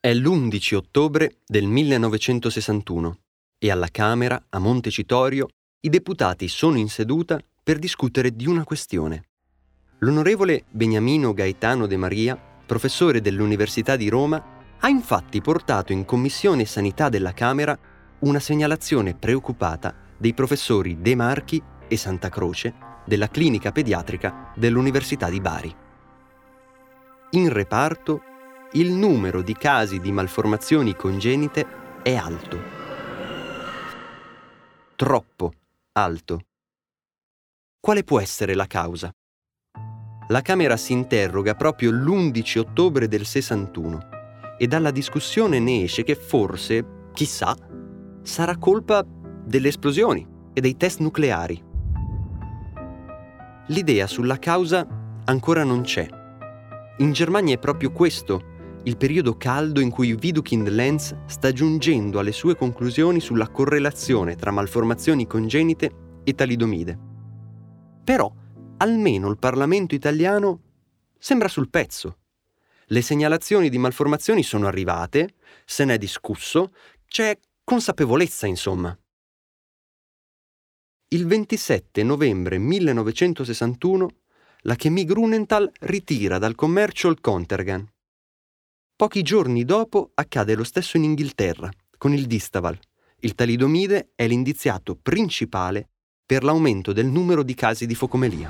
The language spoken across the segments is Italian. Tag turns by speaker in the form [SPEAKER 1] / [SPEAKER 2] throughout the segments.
[SPEAKER 1] È l'11 ottobre del 1961 e alla Camera, a Montecitorio, i deputati sono in seduta per discutere di una questione. L'onorevole Beniamino Gaetano De Maria, professore dell'Università di Roma, ha infatti portato in Commissione Sanità della Camera una segnalazione preoccupata dei professori De Marchi e Santa Croce della clinica pediatrica dell'Università di Bari. In reparto, il numero di casi di malformazioni congenite è alto. Troppo alto. Quale può essere la causa? La Camera si interroga proprio l'11 ottobre del 61 e dalla discussione ne esce che forse, chissà, sarà colpa delle esplosioni e dei test nucleari. L'idea sulla causa ancora non c'è. In Germania è proprio questo il periodo caldo in cui Widukind-Lenz sta giungendo alle sue conclusioni sulla correlazione tra malformazioni congenite e talidomide. Però, almeno il Parlamento italiano sembra sul pezzo. Le segnalazioni di malformazioni sono arrivate, se n'è discusso, c'è consapevolezza, insomma. Il 27 novembre 1961 la Chemie Grünenthal ritira dal commercio il Contergan. Pochi giorni dopo accade lo stesso in Inghilterra, con il Distaval. Il talidomide è l'indiziato principale per l'aumento del numero di casi di focomelia.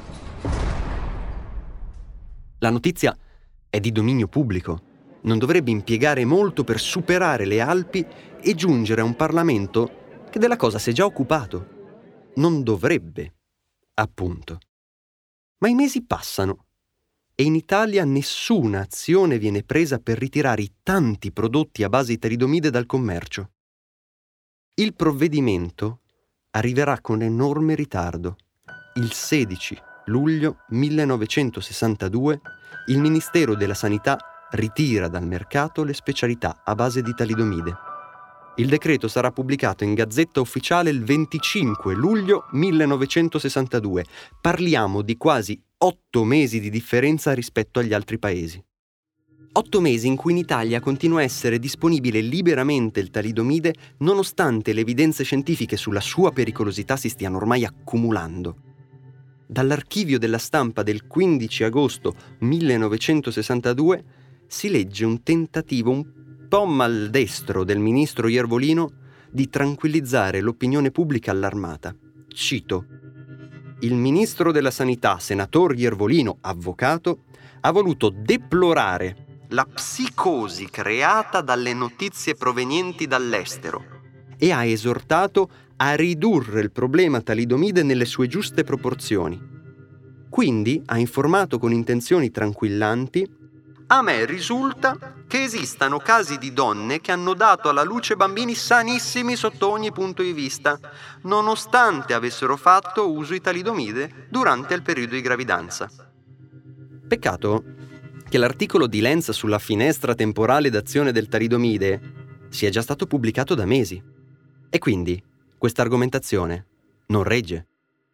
[SPEAKER 1] La notizia è di dominio pubblico. Non dovrebbe impiegare molto per superare le Alpi e giungere a un Parlamento che della cosa si è già occupato. Non dovrebbe, appunto. Ma i mesi passano e in Italia nessuna azione viene presa per ritirare i tanti prodotti a base di talidomide dal commercio. Il provvedimento arriverà con enorme ritardo. Il 16 luglio 1962 il Ministero della Sanità ritira dal mercato le specialità a base di talidomide. Il decreto sarà pubblicato in Gazzetta Ufficiale il 25 luglio 1962. Parliamo di quasi 8 mesi di differenza rispetto agli altri paesi. 8 mesi in cui in Italia continua a essere disponibile liberamente il talidomide nonostante le evidenze scientifiche sulla sua pericolosità si stiano ormai accumulando. Dall'archivio della stampa del 15 agosto 1962 si legge un tentativo un po' maldestro del ministro Iervolino di tranquillizzare l'opinione pubblica allarmata. Cito: il ministro della Sanità, senator Iervolino, avvocato, ha voluto deplorare la psicosi creata dalle notizie provenienti dall'estero e ha esortato a ridurre il problema talidomide nelle sue giuste proporzioni. Quindi ha informato con intenzioni tranquillanti: a me risulta che esistano casi di donne che hanno dato alla luce bambini sanissimi sotto ogni punto di vista, nonostante avessero fatto uso di talidomide durante il periodo di gravidanza. Peccato che l'articolo di Lenz sulla finestra temporale d'azione del talidomide sia già stato pubblicato da mesi. E quindi questa argomentazione non regge.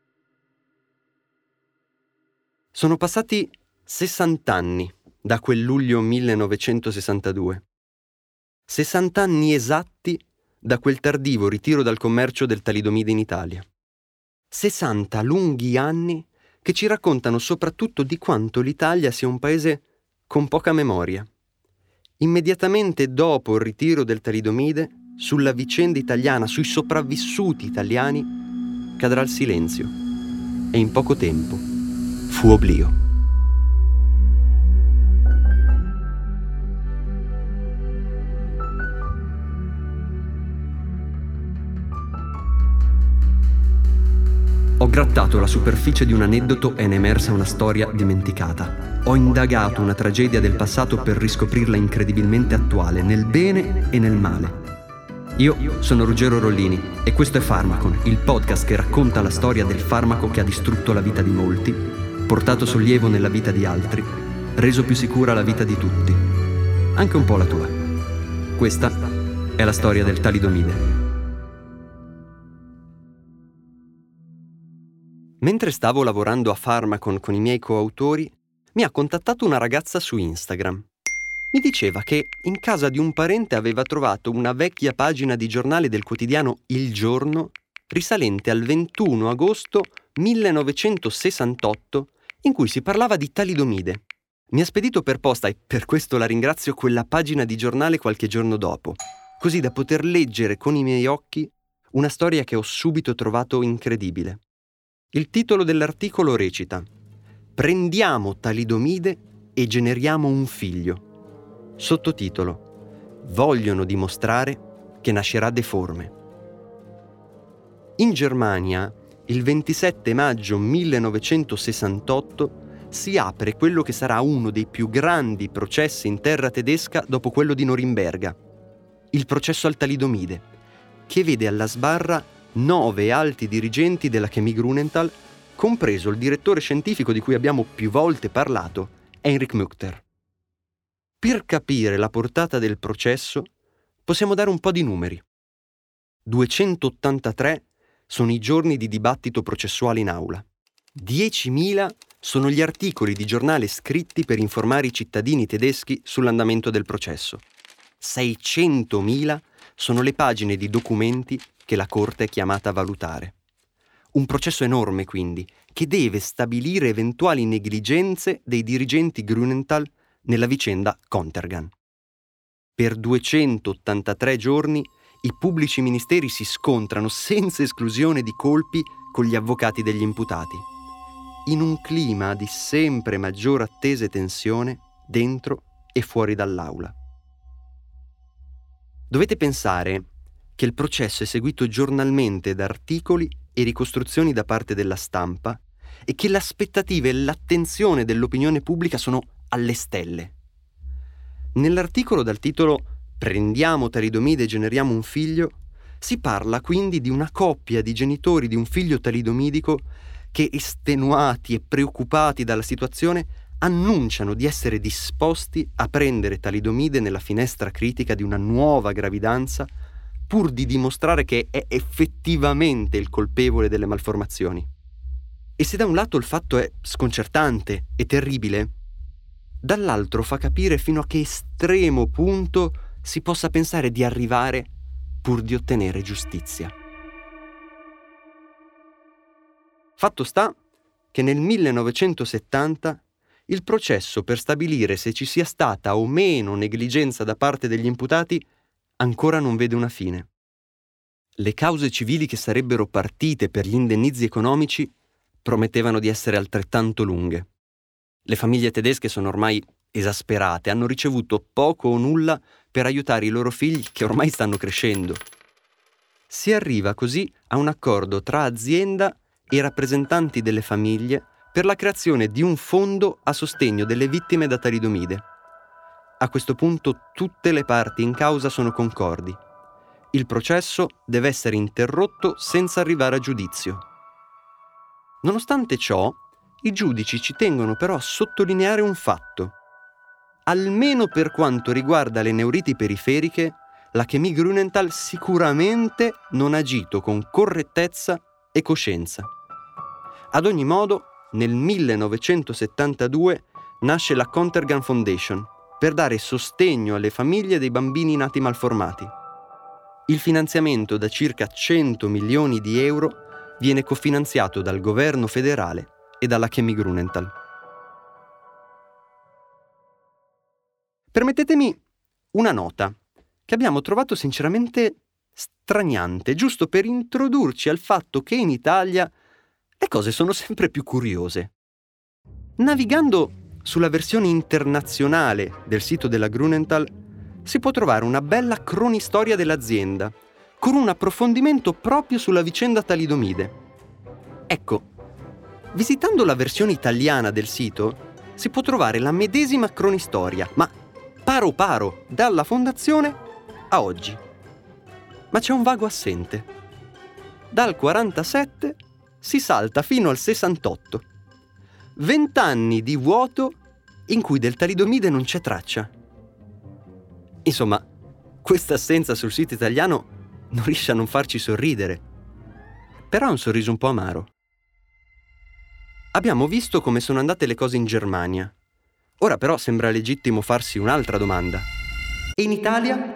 [SPEAKER 1] Sono passati 60 anni da quel luglio 1962. 60 anni esatti da quel tardivo ritiro dal commercio del talidomide in Italia. 60 lunghi anni che ci raccontano soprattutto di quanto l'Italia sia un paese con poca memoria. Immediatamente dopo il ritiro del talidomide, sulla vicenda italiana, sui sopravvissuti italiani, cadrà il silenzio. E in poco tempo fu oblio. Ho grattato la superficie di un aneddoto e ne è emersa una storia dimenticata. Ho indagato una tragedia del passato per riscoprirla incredibilmente attuale, nel bene e nel male. Io sono Ruggero Rollini e questo è Pharmakon, il podcast che racconta la storia del farmaco che ha distrutto la vita di molti, portato sollievo nella vita di altri, reso più sicura la vita di tutti, anche un po' la tua. Questa è la storia del talidomide. Mentre stavo lavorando a Pharmakon con i miei coautori, mi ha contattato una ragazza su Instagram. mi diceva che in casa di un parente aveva trovato una vecchia pagina di giornale del quotidiano Il Giorno risalente al 21 agosto 1968 in cui si parlava di talidomide. Mi ha spedito per posta, e per questo la ringrazio, quella pagina di giornale qualche giorno dopo, così da poter leggere con i miei occhi una storia che ho subito trovato incredibile. Il titolo dell'articolo recita: Prendiamo talidomide e generiamo un figlio. Sottotitolo: Vogliono dimostrare che nascerà deforme. In Germania, il 27 maggio 1968, si apre quello che sarà uno dei più grandi processi in terra tedesca dopo quello di Norimberga, il processo al talidomide, che vede alla sbarra 9 alti dirigenti della Chemie Grünenthal, compreso il direttore scientifico di cui abbiamo più volte parlato, Heinrich Müchter. Per capire la portata del processo, possiamo dare un po' di numeri. 283 sono i giorni di dibattito processuale in aula. 10.000 sono gli articoli di giornale scritti per informare i cittadini tedeschi sull'andamento del processo. 600.000 sono le pagine di documenti che la Corte è chiamata a valutare. Un processo enorme, quindi, che deve stabilire eventuali negligenze dei dirigenti Grünenthal nella vicenda Contergan. Per 283 giorni i pubblici ministeri si scontrano senza esclusione di colpi con gli avvocati degli imputati, in un clima di sempre maggior attesa e tensione dentro e fuori dall'aula. Dovete pensare che il processo è seguito giornalmente da articoli e ricostruzioni da parte della stampa e che l'aspettativa e l'attenzione dell'opinione pubblica sono alle stelle. Nell'articolo dal titolo Prendiamo talidomide e generiamo un figlio si parla quindi di una coppia di genitori di un figlio talidomidico che, estenuati e preoccupati dalla situazione, annunciano di essere disposti a prendere talidomide nella finestra critica di una nuova gravidanza pur di dimostrare che è effettivamente il colpevole delle malformazioni. E se da un lato il fatto è sconcertante e terribile, dall'altro fa capire fino a che estremo punto si possa pensare di arrivare pur di ottenere giustizia. Fatto sta che nel 1970 il processo per stabilire se ci sia stata o meno negligenza da parte degli imputati ancora non vede una fine. Le cause civili che sarebbero partite per gli indennizi economici promettevano di essere altrettanto lunghe. Le famiglie tedesche sono ormai esasperate, hanno ricevuto poco o nulla per aiutare i loro figli che ormai stanno crescendo. Si arriva così a un accordo tra azienda e rappresentanti delle famiglie per la creazione di un fondo a sostegno delle vittime da talidomide. A questo punto tutte le parti in causa sono concordi. Il processo deve essere interrotto senza arrivare a giudizio. Nonostante ciò, i giudici ci tengono però a sottolineare un fatto. Almeno per quanto riguarda le neuriti periferiche, la Chemie Grünenthal sicuramente non ha agito con correttezza e coscienza. Ad ogni modo, nel 1972 nasce la Contergan Foundation per dare sostegno alle famiglie dei bambini nati malformati. Il finanziamento da circa 100 milioni di euro viene cofinanziato dal governo federale e dalla Chemie Grünenthal. Permettetemi una nota che abbiamo trovato sinceramente straniante, giusto per introdurci al fatto che in Italia le cose sono sempre più curiose. Navigando sulla versione internazionale del sito della Grünenthal si può trovare una bella cronistoria dell'azienda, con un approfondimento proprio sulla vicenda talidomide. Ecco, visitando la versione italiana del sito si può trovare la medesima cronistoria, ma paro paro, dalla fondazione a oggi. Ma c'è un vago assente. Dal 47 si salta fino al 68. 20 anni di vuoto in cui del talidomide non c'è traccia. Insomma, questa assenza sul sito italiano non riesce a non farci sorridere. Però è un sorriso un po' amaro. Abbiamo visto come sono andate le cose in Germania, Ora però sembra legittimo farsi un'altra domanda. E in Italia?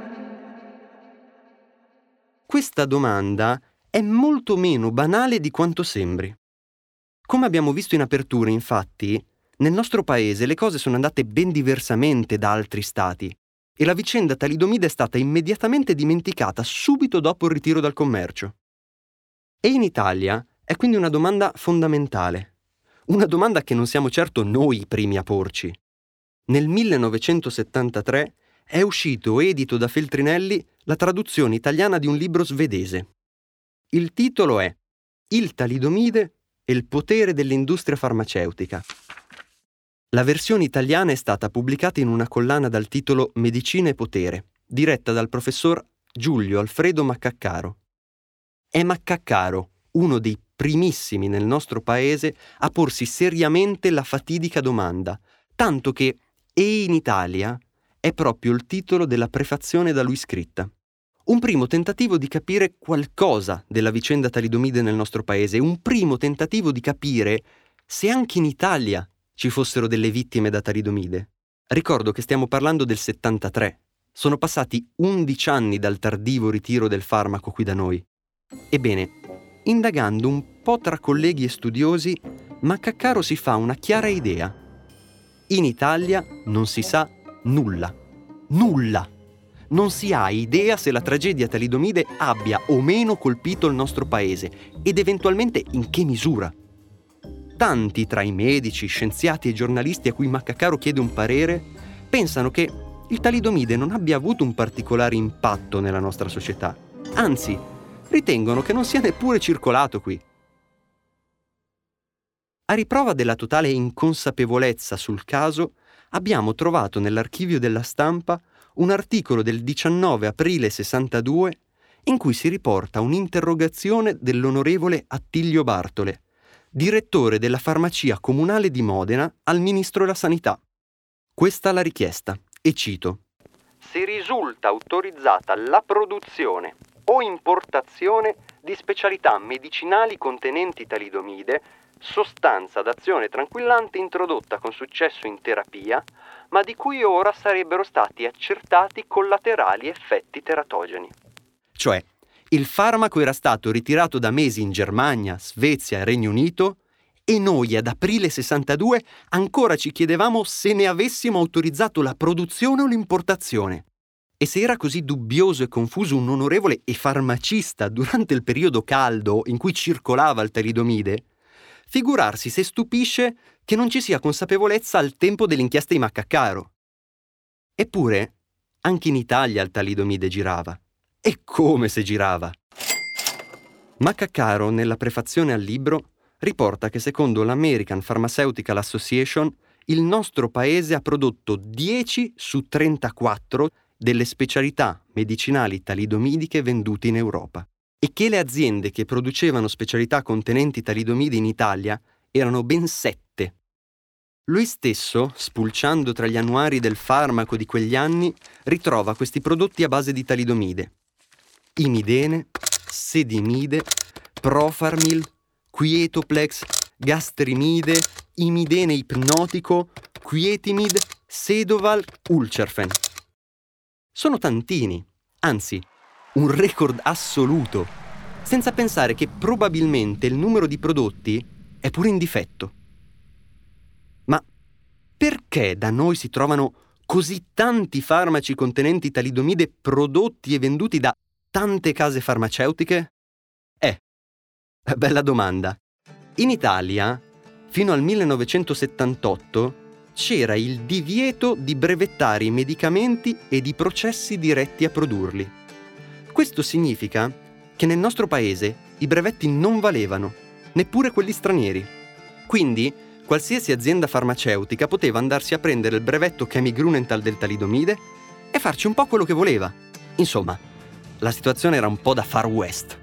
[SPEAKER 1] Questa domanda è molto meno banale di quanto sembri. Come abbiamo visto in apertura, infatti, nel nostro paese le cose sono andate ben diversamente da altri stati e la vicenda talidomide è stata immediatamente dimenticata subito dopo il ritiro dal commercio. E in Italia è quindi una domanda fondamentale, una domanda che non siamo certo noi i primi a porci. Nel 1973 è uscito edito da Feltrinelli la traduzione italiana di un libro svedese. Il titolo è Il talidomide e il potere dell'industria farmaceutica. La versione italiana è stata pubblicata in una collana dal titolo Medicina e potere, diretta dal professor Giulio Alfredo Maccaccaro. È Maccaccaro uno dei primissimi nel nostro paese a porsi seriamente la fatidica domanda, tanto che E in Italia è proprio il titolo della prefazione da lui scritta. Un primo tentativo di capire qualcosa della vicenda talidomide nel nostro paese, un primo tentativo di capire se anche in Italia ci fossero delle vittime da talidomide. Ricordo che stiamo parlando del 73. Sono passati 11 anni dal tardivo ritiro del farmaco qui da noi. Ebbene, indagando un po' tra colleghi e studiosi, Maccaccaro si fa una chiara idea. In Italia non si sa nulla. Nulla! Non si ha idea se la tragedia talidomide abbia o meno colpito il nostro paese ed eventualmente in che misura. Tanti tra i medici, scienziati e giornalisti a cui Maccaccaro chiede un parere pensano che il talidomide non abbia avuto un particolare impatto nella nostra società. Anzi, ritengono che non sia neppure circolato qui. A riprova della totale inconsapevolezza sul caso, abbiamo trovato nell'archivio della Stampa un articolo del 19 aprile 62 in cui si riporta un'interrogazione dell'onorevole Attilio Bartole, direttore della farmacia comunale di Modena, al Ministro della Sanità. Questa la richiesta, e cito: «Se risulta autorizzata la produzione o importazione di specialità medicinali contenenti talidomide, sostanza d'azione tranquillante introdotta con successo in terapia, ma di cui ora sarebbero stati accertati collaterali effetti teratogeni». Cioè, il farmaco era stato ritirato da mesi in Germania, Svezia e Regno Unito e noi ad aprile 62 ancora ci chiedevamo se ne avessimo autorizzato la produzione o l'importazione. E se era così dubbioso e confuso un onorevole e farmacista durante il periodo caldo in cui circolava il talidomide, figurarsi se stupisce che non ci sia consapevolezza al tempo dell'inchiesta di Maccaccaro. Eppure, anche in Italia il talidomide girava. E come se girava! Maccaccaro, nella prefazione al libro, riporta che secondo l'American Pharmaceutical Association il nostro paese ha prodotto 10 su 34 delle specialità medicinali talidomidiche vendute in Europa e che le aziende che producevano specialità contenenti talidomidi in Italia erano ben 7. Lui stesso, spulciando tra gli annuari del farmaco di quegli anni, ritrova questi prodotti a base di talidomide: imidene, sedimide, profarmil, quietoplex, gastrimide, imidene ipnotico, quietimid, sedoval, ulcerfen. Sono tantini, anzi, un record assoluto, senza pensare che probabilmente il numero di prodotti è pure in difetto. Ma perché da noi si trovano così tanti farmaci contenenti talidomide prodotti e venduti da tante case farmaceutiche? Bella domanda. In Italia, fino al 1978, c'era il divieto di brevettare i medicamenti ed i processi diretti a produrli. Questo significa che nel nostro paese i brevetti non valevano, neppure quelli stranieri. Quindi, qualsiasi azienda farmaceutica poteva andarsi a prendere il brevetto Chemi-Grunenthal del talidomide e farci un po' quello che voleva. Insomma, la situazione era un po' da Far West.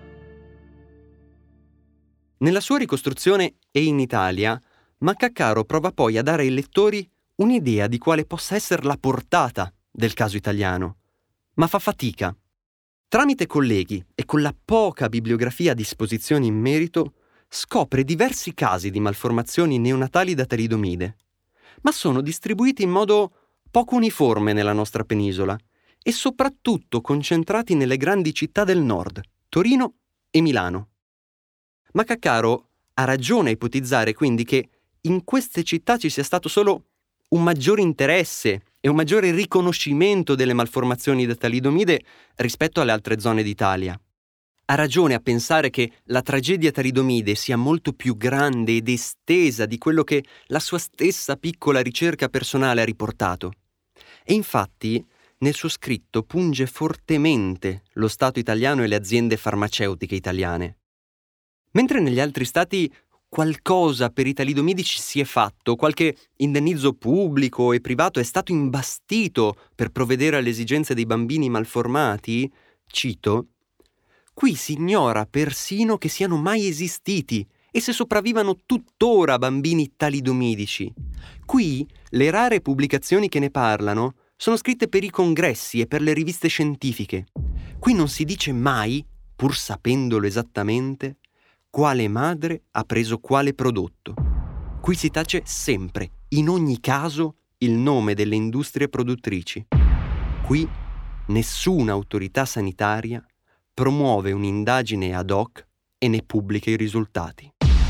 [SPEAKER 1] Nella sua ricostruzione E in Italia, Maccaccaro prova poi a dare ai lettori un'idea di quale possa essere la portata del caso italiano, ma fa fatica. Tramite colleghi e con la poca bibliografia a disposizione in merito, scopre diversi casi di malformazioni neonatali da talidomide, ma sono distribuiti in modo poco uniforme nella nostra penisola e soprattutto concentrati nelle grandi città del nord, Torino e Milano. Ma Caccaro ha ragione a ipotizzare quindi che in queste città ci sia stato solo un maggiore interesse e un maggiore riconoscimento delle malformazioni da talidomide rispetto alle altre zone d'Italia. Ha ragione a pensare che la tragedia talidomide sia molto più grande ed estesa di quello che la sua stessa piccola ricerca personale ha riportato. E infatti, nel suo scritto punge fortemente lo Stato italiano e le aziende farmaceutiche italiane. Mentre negli altri stati qualcosa per i talidomidi ci si è fatto, qualche indennizzo pubblico e privato è stato imbastito per provvedere alle esigenze dei bambini malformati, cito, qui si ignora persino che siano mai esistiti e se sopravvivano tuttora bambini talidomidici. Qui le rare pubblicazioni che ne parlano sono scritte per i congressi e per le riviste scientifiche. Qui non si dice mai, pur sapendolo esattamente, quale madre ha preso quale prodotto. Qui si tace sempre, in ogni caso, il nome delle industrie produttrici. Qui nessuna autorità sanitaria promuove un'indagine ad hoc e ne pubblica i risultati.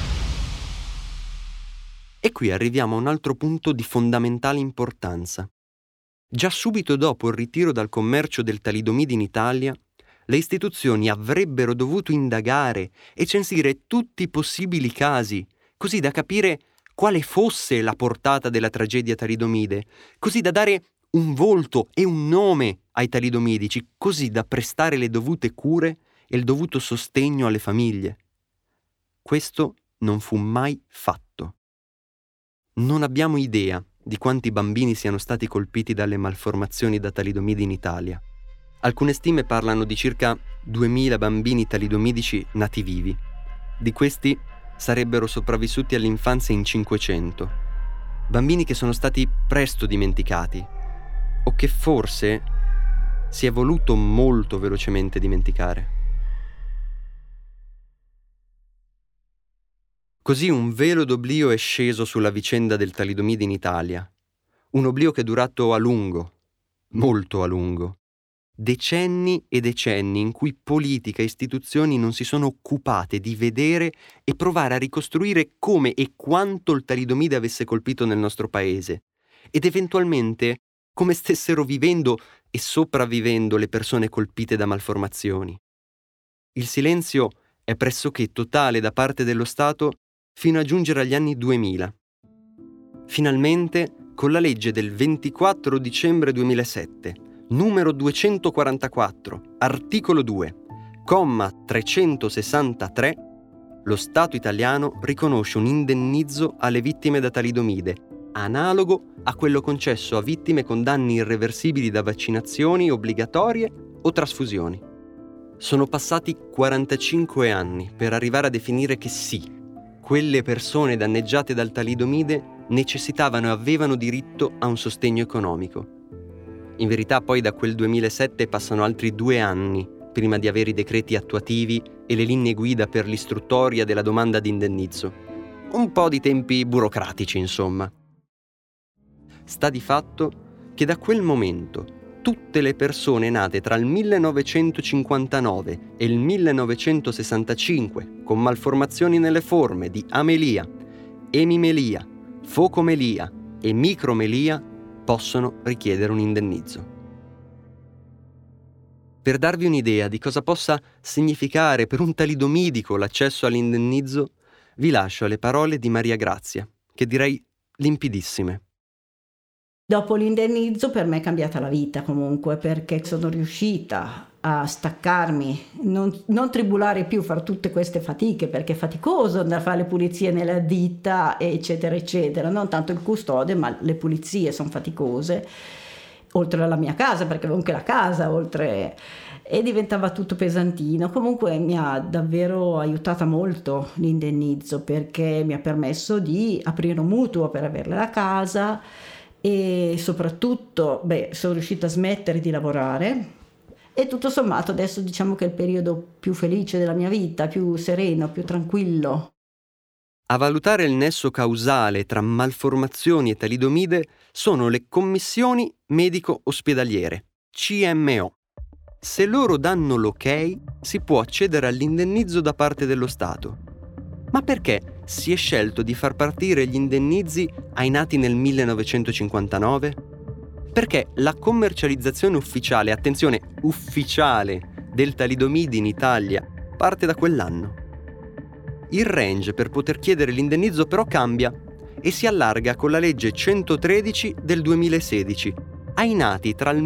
[SPEAKER 1] E qui arriviamo a un altro punto di fondamentale importanza. Già subito dopo il ritiro dal commercio del talidomide in Italia, le istituzioni avrebbero dovuto indagare e censire tutti i possibili casi, così da capire quale fosse la portata della tragedia talidomide, così da dare un volto e un nome ai talidomidici, così da prestare le dovute cure e il dovuto sostegno alle famiglie. Questo non fu mai fatto. Non abbiamo idea di quanti bambini siano stati colpiti dalle malformazioni da talidomide in Italia. Alcune stime parlano di circa 2000 bambini talidomidici nati vivi. Di questi sarebbero sopravvissuti all'infanzia in 500. Bambini che sono stati presto dimenticati, o che forse si è voluto molto velocemente dimenticare. Così un velo d'oblio è sceso sulla vicenda del talidomide in Italia. Un oblio che è durato a lungo, molto a lungo. Decenni e decenni in cui politica e istituzioni non si sono occupate di vedere e provare a ricostruire come e quanto il talidomide avesse colpito nel nostro paese ed eventualmente come stessero vivendo e sopravvivendo le persone colpite da malformazioni. Il silenzio è pressoché totale da parte dello Stato fino a giungere agli anni 2000. Finalmente, con la legge del 24 dicembre 2007, numero 244, articolo 2, comma 363, lo Stato italiano riconosce un indennizzo alle vittime da talidomide, analogo a quello concesso a vittime con danni irreversibili da vaccinazioni obbligatorie o trasfusioni. Sono passati 45 anni per arrivare a definire che sì, quelle persone danneggiate dal talidomide necessitavano e avevano diritto a un sostegno economico. In verità poi da quel 2007 passano altri 2 anni prima di avere i decreti attuativi e le linee guida per l'istruttoria della domanda di indennizzo. Un po' di tempi burocratici, insomma. Sta di fatto che da quel momento tutte le persone nate tra il 1959 e il 1965 con malformazioni nelle forme di amelia, emimelia, focomelia e micromelia possono richiedere un indennizzo. Per darvi un'idea di cosa possa significare per un talidomidico l'accesso all'indennizzo, vi lascio alle parole di Maria Grazia, che direi limpidissime.
[SPEAKER 2] Dopo l'indennizzo per me è cambiata la vita comunque, perché sono riuscita a staccarmi, non tribulare più, fare tutte queste fatiche, perché è faticoso andare a fare le pulizie nella ditta, eccetera, eccetera. Non tanto il custode, ma le pulizie sono faticose, oltre alla mia casa, perché avevo anche la casa, oltre... e diventava tutto pesantino. Comunque mi ha davvero aiutata molto l'indennizzo, perché mi ha permesso di aprire un mutuo per avere la casa e soprattutto sono riuscita a smettere di lavorare e tutto sommato adesso diciamo che è il periodo più felice della mia vita, più sereno, più tranquillo.
[SPEAKER 1] A valutare il nesso causale tra malformazioni e talidomide sono le commissioni medico-ospedaliere, CMO. Se loro danno l'ok, si può accedere all'indennizzo da parte dello Stato. Ma perché si è scelto di far partire gli indennizi ai nati nel 1959? Perché la commercializzazione ufficiale, attenzione, ufficiale, del talidomide in Italia parte da quell'anno. Il range per poter chiedere l'indennizzo però cambia e si allarga con la legge 113 del 2016 ai nati tra il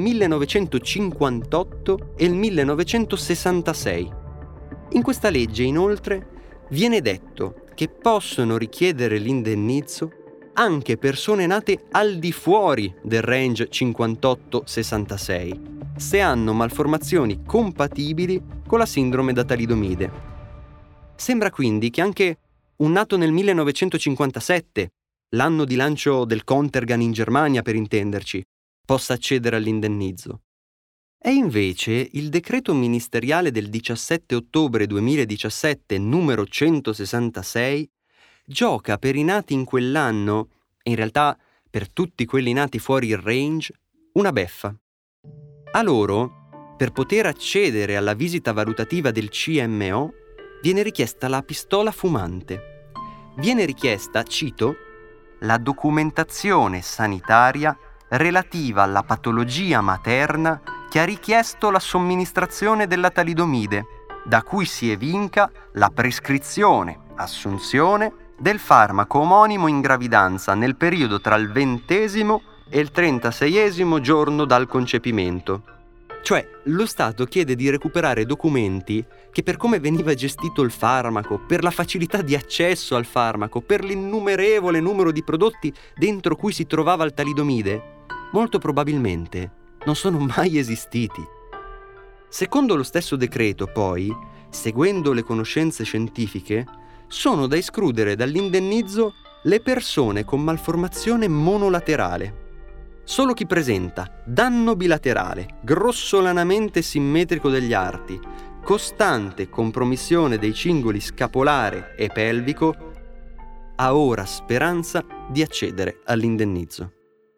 [SPEAKER 1] 1958 e il 1966. In questa legge, inoltre, viene detto che possono richiedere l'indennizzo anche persone nate al di fuori del range 58-66, se hanno malformazioni compatibili con la sindrome da talidomide. Sembra quindi che anche un nato nel 1957, l'anno di lancio del Contergan in Germania per intenderci, possa accedere all'indennizzo. E invece il decreto ministeriale del 17 ottobre 2017, numero 166, gioca per i nati in quell'anno, e in realtà per tutti quelli nati fuori il range, una beffa. A loro, per poter accedere alla visita valutativa del CMO, viene richiesta la pistola fumante. Viene richiesta, cito, la documentazione sanitaria relativa alla patologia materna che ha richiesto la somministrazione della talidomide, da cui si evinca la prescrizione, assunzione del farmaco omonimo in gravidanza nel periodo tra il 20° e il 36° giorno dal concepimento. Cioè, lo Stato chiede di recuperare documenti che per come veniva gestito il farmaco, per la facilità di accesso al farmaco, per l'innumerevole numero di prodotti dentro cui si trovava il talidomide, molto probabilmente non sono mai esistiti. Secondo lo stesso decreto, poi, seguendo le conoscenze scientifiche, sono da escludere dall'indennizzo le persone con malformazione monolaterale. Solo chi presenta danno bilaterale, grossolanamente simmetrico degli arti, costante compromissione dei cingoli scapolare e pelvico, ha ora speranza di accedere all'indennizzo.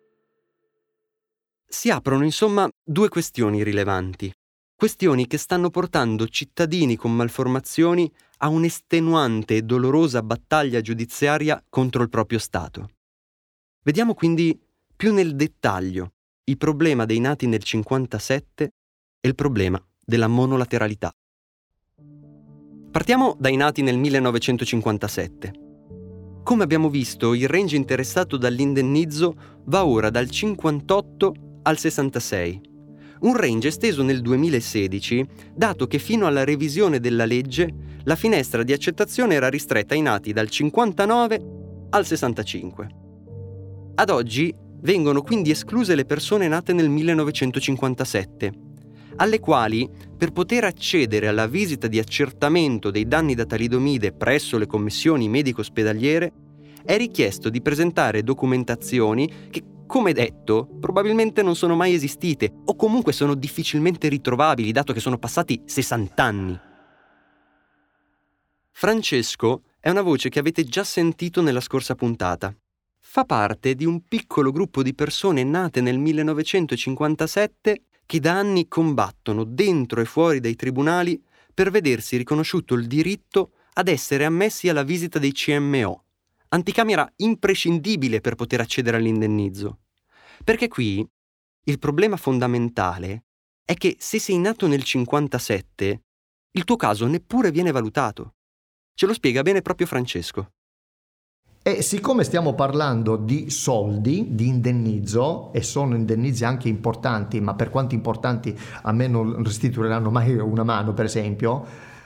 [SPEAKER 1] Si aprono insomma due questioni rilevanti, questioni che stanno portando cittadini con malformazioni a un'estenuante e dolorosa battaglia giudiziaria contro il proprio Stato. Vediamo quindi più nel dettaglio il problema dei nati nel 57 e il problema della monolateralità. Partiamo dai nati nel 1957. Come abbiamo visto, il range interessato dall'indennizzo va ora dal 58 al 66, un range esteso nel 2016, dato che fino alla revisione della legge la finestra di accettazione era ristretta ai nati dal 59 al 65. Ad oggi vengono quindi escluse le persone nate nel 1957, alle quali, per poter accedere alla visita di accertamento dei danni da talidomide presso le commissioni medico-ospedaliere, è richiesto di presentare documentazioni che, come detto, probabilmente non sono mai esistite o comunque sono difficilmente ritrovabili, dato che sono passati 60 anni. Francesco è una voce che avete già sentito nella scorsa puntata. Fa parte di un piccolo gruppo di persone nate nel 1957 che da anni combattono dentro e fuori dai tribunali per vedersi riconosciuto il diritto ad essere ammessi alla visita dei CMO, anticamera imprescindibile per poter accedere all'indennizzo. Perché qui il problema fondamentale è che se sei nato nel 57, il tuo caso neppure viene valutato. Ce lo spiega bene proprio Francesco.
[SPEAKER 3] E siccome stiamo parlando di soldi, di indennizzo, e sono indennizi anche importanti, ma per quanto importanti a me non restituiranno mai una mano, per esempio,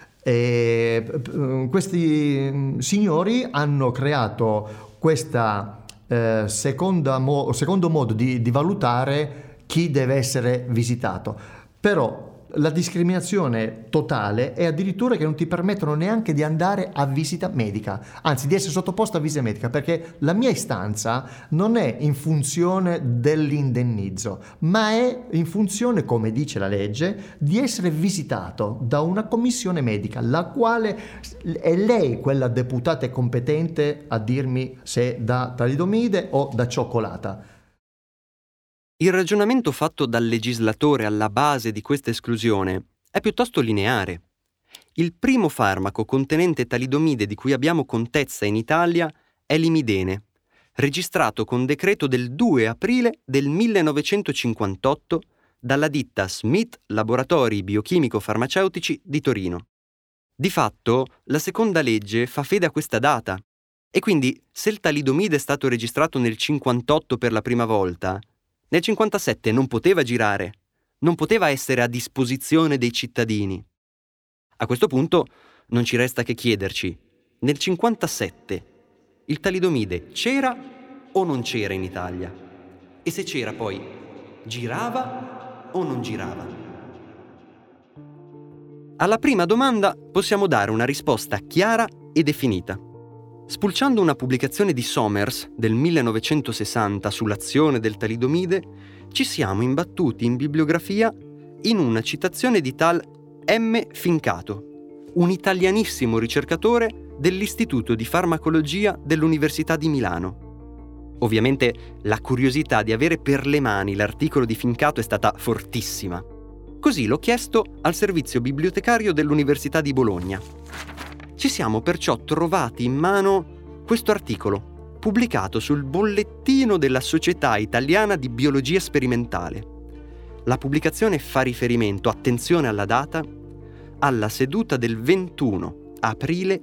[SPEAKER 3] questi signori hanno creato questa secondo modo di valutare chi deve essere visitato. Però la discriminazione totale è addirittura che non ti permettono neanche di andare a visita medica, anzi di essere sottoposto a visita medica, perché la mia istanza non è in funzione dell'indennizzo, ma è in funzione, come dice la legge, di essere visitato da una commissione medica, la quale è lei quella deputata e competente a dirmi se da talidomide o da cioccolata.
[SPEAKER 1] Il ragionamento fatto dal legislatore alla base di questa esclusione è piuttosto lineare. Il primo farmaco contenente talidomide di cui abbiamo contezza in Italia è l'imidene, registrato con decreto del 2 aprile del 1958 dalla ditta Smith Laboratori Biochimico-Farmaceutici di Torino. Di fatto, la seconda legge fa fede a questa data, e quindi se il talidomide è stato registrato nel 58 per la prima volta, nel 57 non poteva girare, non poteva essere a disposizione dei cittadini. A questo punto non ci resta che chiederci, nel 57 il talidomide c'era o non c'era in Italia? E se c'era poi, girava o non girava? Alla prima domanda possiamo dare una risposta chiara e definita. Spulciando una pubblicazione di Somers del 1960 sull'azione del talidomide, ci siamo imbattuti in bibliografia in una citazione di tal M. Fincato, un italianissimo ricercatore dell'Istituto di Farmacologia dell'Università di Milano. Ovviamente la curiosità di avere per le mani l'articolo di Fincato è stata fortissima. Così l'ho chiesto al servizio bibliotecario dell'Università di Bologna. Ci siamo perciò trovati in mano questo articolo, pubblicato sul bollettino della Società Italiana di Biologia Sperimentale. La pubblicazione fa riferimento, attenzione alla data, alla seduta del 21 aprile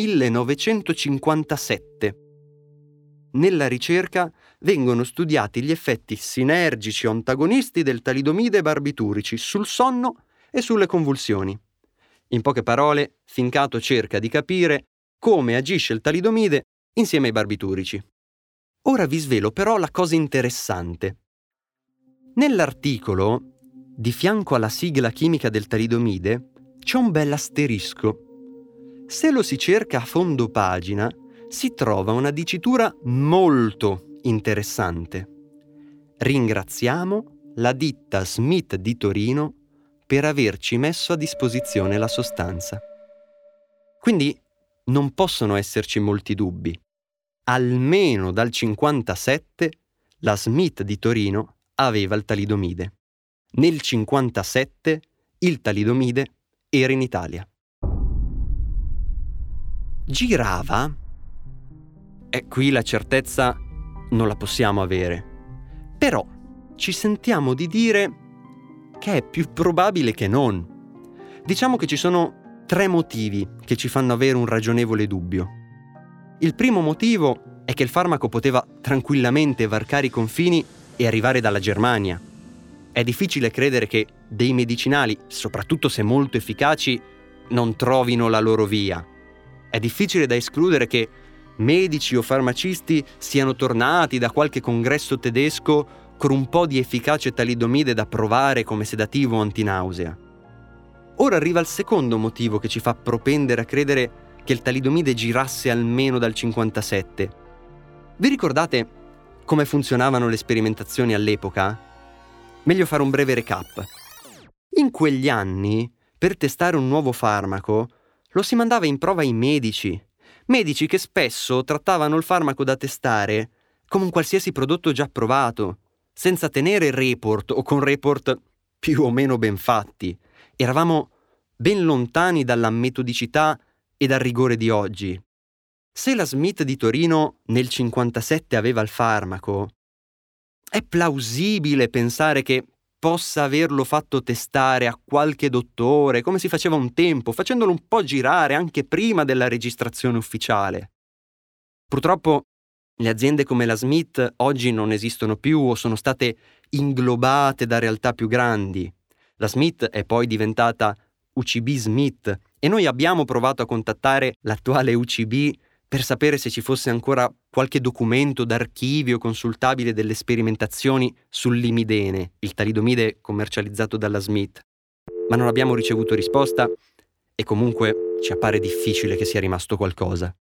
[SPEAKER 1] 1957. Nella ricerca vengono studiati gli effetti sinergici o antagonisti del talidomide e barbiturici sul sonno e sulle convulsioni. In poche parole, Fincato cerca di capire come agisce il talidomide insieme ai barbiturici. Ora vi svelo però la cosa interessante. Nell'articolo, di fianco alla sigla chimica del talidomide, c'è un bel asterisco. Se lo si cerca a fondo pagina, si trova una dicitura molto interessante. Ringraziamo la ditta Smith di Torino per averci messo a disposizione la sostanza. Quindi non possono esserci molti dubbi. Almeno dal 57 la Smith di Torino aveva il talidomide. Nel 57 il talidomide era in Italia. Girava? E qui la certezza non la possiamo avere. Però ci sentiamo di dire che è più probabile che non. Diciamo che ci sono 3 motivi che ci fanno avere un ragionevole dubbio. Il primo motivo è che il farmaco poteva tranquillamente varcare i confini e arrivare dalla Germania. È difficile credere che dei medicinali, soprattutto se molto efficaci, non trovino la loro via. È difficile da escludere che medici o farmacisti siano tornati da qualche congresso tedesco con un po' di efficace talidomide da provare come sedativo o antinausea. Ora arriva il secondo motivo che ci fa propendere a credere che il talidomide girasse almeno dal 57. Vi ricordate come funzionavano le sperimentazioni all'epoca? Meglio fare un breve recap. In quegli anni, per testare un nuovo farmaco, lo si mandava in prova ai medici che spesso trattavano il farmaco da testare come un qualsiasi prodotto già provato, senza tenere report o con report più o meno ben fatti. Eravamo ben lontani dalla metodicità e dal rigore di oggi. Se la Smith di Torino nel 57 aveva il farmaco, è plausibile pensare che possa averlo fatto testare a qualche dottore, come si faceva un tempo, facendolo un po' girare anche prima della registrazione ufficiale. Purtroppo le aziende come la Smith oggi non esistono più o sono state inglobate da realtà più grandi. La Smith è poi diventata UCB Smith e noi abbiamo provato a contattare l'attuale UCB per sapere se ci fosse ancora qualche documento d'archivio consultabile delle sperimentazioni sull'imidene, il talidomide commercializzato dalla Smith. ma non abbiamo ricevuto risposta e comunque ci appare difficile che sia rimasto qualcosa.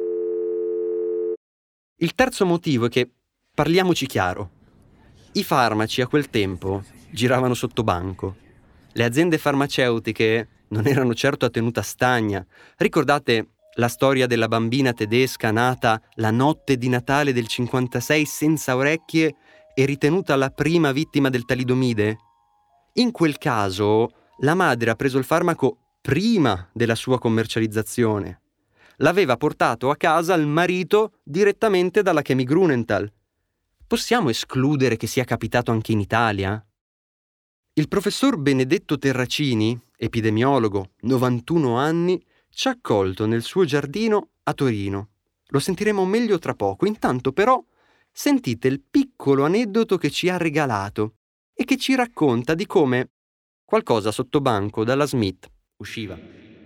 [SPEAKER 1] Il terzo motivo è che, parliamoci chiaro, i farmaci a quel tempo giravano sotto banco. Le aziende farmaceutiche non erano certo a tenuta stagna. Ricordate la storia della bambina tedesca nata la notte di Natale del 56 senza orecchie e ritenuta la prima vittima del talidomide? In quel caso, la madre ha preso il farmaco prima della sua commercializzazione. L'aveva portato a casa il marito direttamente dalla Chemie Grunenthal. Possiamo escludere che sia capitato anche in Italia? Il professor Benedetto Terracini, epidemiologo, 91 anni, ci ha accolto nel suo giardino a Torino. Lo sentiremo meglio tra poco. Intanto però sentite il piccolo aneddoto che ci ha regalato e che ci racconta di come qualcosa sotto banco dalla Smith usciva.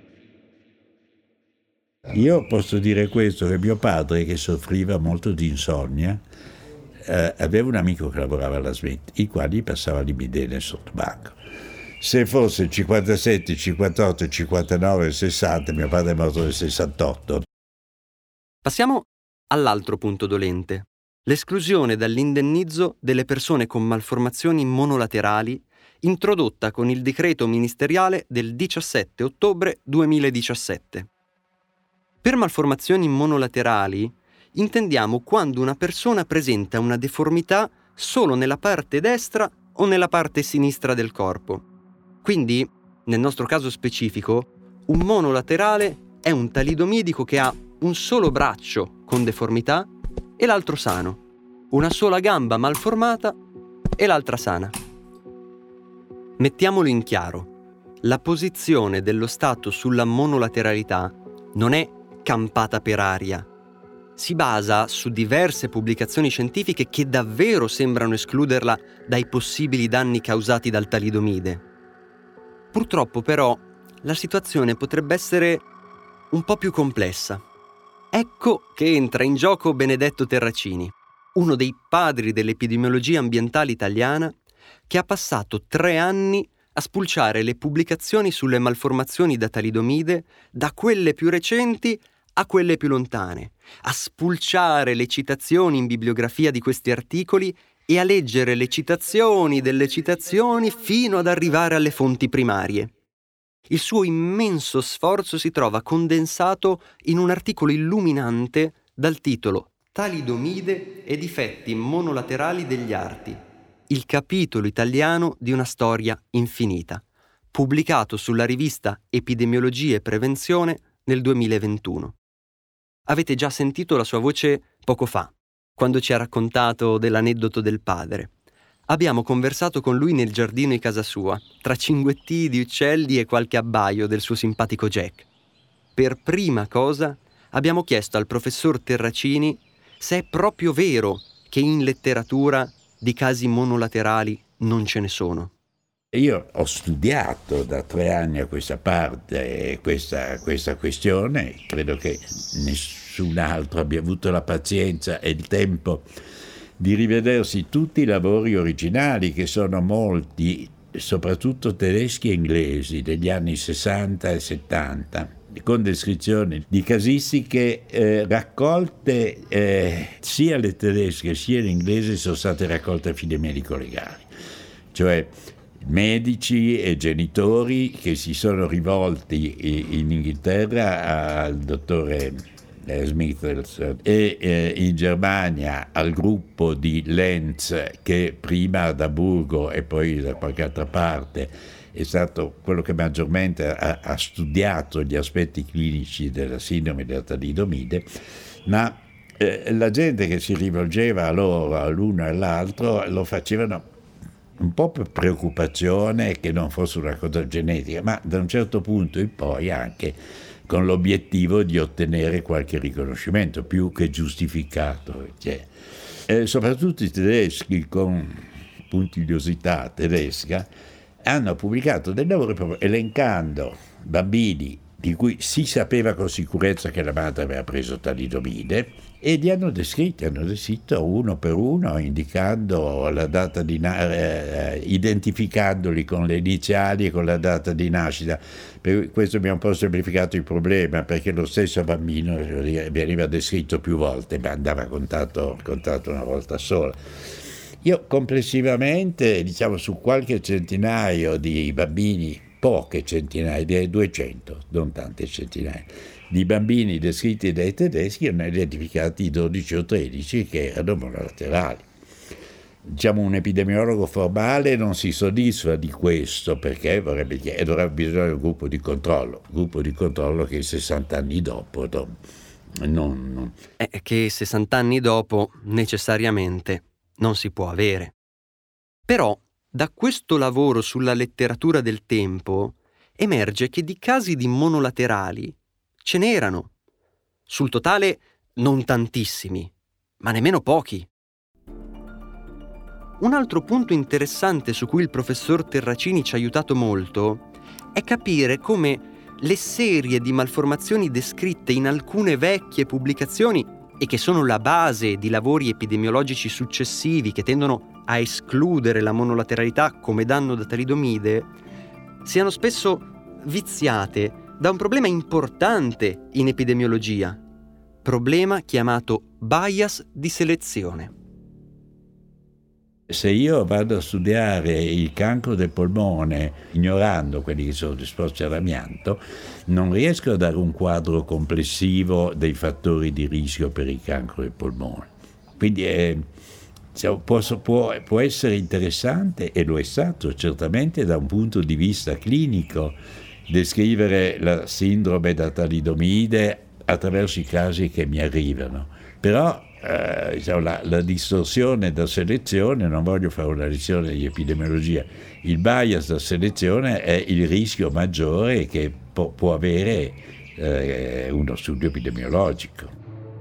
[SPEAKER 4] Io posso dire questo, che mio padre, che soffriva molto di insonnia, aveva un amico che lavorava alla Smith, il quale gli passava l'imidene sotto banco. Se fosse il 57, 58, 59, 60, mio padre è morto nel 68.
[SPEAKER 1] Passiamo all'altro punto dolente, l'esclusione dall'indennizzo delle persone con malformazioni monolaterali introdotta con il decreto ministeriale del 17 ottobre 2017. Per malformazioni monolaterali intendiamo quando una persona presenta una deformità solo nella parte destra o nella parte sinistra del corpo. Quindi, nel nostro caso specifico, un monolaterale è un talidomidico che ha un solo braccio con deformità e l'altro sano, una sola gamba malformata e l'altra sana. Mettiamolo in chiaro, la posizione dello Stato sulla monolateralità non è campata per aria. Si basa su diverse pubblicazioni scientifiche che davvero sembrano escluderla dai possibili danni causati dal talidomide. Purtroppo però la situazione potrebbe essere un po' più complessa. Ecco che entra in gioco Benedetto Terracini, uno dei padri dell'epidemiologia ambientale italiana, che ha passato 3 anni a spulciare le pubblicazioni sulle malformazioni da talidomide, da quelle più recenti a quelle più lontane, a spulciare le citazioni in bibliografia di questi articoli e a leggere le citazioni delle citazioni fino ad arrivare alle fonti primarie. Il suo immenso sforzo si trova condensato in un articolo illuminante dal titolo Talidomide e difetti monolaterali degli arti, il capitolo italiano di una storia infinita, pubblicato sulla rivista Epidemiologia e Prevenzione nel 2021. Avete già sentito la sua voce poco fa, quando ci ha raccontato dell'aneddoto del padre. Abbiamo conversato con lui nel giardino di casa sua, tra cinguettii di uccelli e qualche abbaio del suo simpatico Jack. Per prima cosa abbiamo chiesto al professor Terracini se è proprio vero che in letteratura di casi monolaterali non ce ne sono.
[SPEAKER 4] Io ho studiato da 3 anni a questa parte questa questione, credo che nessun altro abbia avuto la pazienza e il tempo di rivedersi tutti i lavori originali, che sono molti, soprattutto tedeschi e inglesi, degli anni 60 e 70, con descrizioni di casistiche raccolte, sia le tedesche sia le inglesi sono state raccolte a fine medico-legali, cioè medici e genitori che si sono rivolti in Inghilterra al dottore Smith e in Germania al gruppo di Lenz, che prima ad Amburgo e poi da qualche altra parte è stato quello che maggiormente ha studiato gli aspetti clinici della sindrome della talidomide, ma la gente che si rivolgeva a loro, all'uno e all'altro, lo facevano un po' per preoccupazione che non fosse una cosa genetica, ma da un certo punto in poi anche con l'obiettivo di ottenere qualche riconoscimento più che giustificato. Soprattutto i tedeschi, con puntigliosità tedesca, hanno pubblicato dei lavori proprio elencando bambini di cui si sapeva con sicurezza che la madre aveva preso talidomide e li hanno descritto uno per uno, indicando la data di identificandoli con le iniziali e con la data di nascita. Per questo mi ha un po' semplificato il problema, perché lo stesso bambino veniva descritto più volte, ma andava contato una volta sola. Io complessivamente, diciamo, su qualche centinaio di bambini, poche centinaia, direi 200, non tante centinaia, di bambini descritti dai tedeschi, hanno identificati 12 o 13 che erano monolaterali. Diciamo, un epidemiologo formale non si soddisfa di questo, perché avrebbe bisogno di un gruppo di controllo che 60 anni dopo non.
[SPEAKER 1] Che 60 anni dopo necessariamente non si può avere. Però da questo lavoro sulla letteratura del tempo emerge che di casi di monolaterali ce n'erano. Sul totale non tantissimi, ma nemmeno pochi. Un altro punto interessante su cui il professor Terracini ci ha aiutato molto è capire come le serie di malformazioni descritte in alcune vecchie pubblicazioni e che sono la base di lavori epidemiologici successivi che tendono a escludere la monolateralità come danno da talidomide, siano spesso viziate da un problema importante in epidemiologia, problema chiamato bias di selezione.
[SPEAKER 4] Se io vado a studiare il cancro del polmone ignorando quelli che sono disposti all'amianto, non riesco a dare un quadro complessivo dei fattori di rischio per il cancro del polmone. Quindi può essere interessante, e lo è stato certamente da un punto di vista clinico, descrivere la sindrome da talidomide attraverso i casi che mi arrivano. Però la distorsione da selezione, non voglio fare una lezione di epidemiologia, il bias da selezione è il rischio maggiore che può avere uno studio epidemiologico.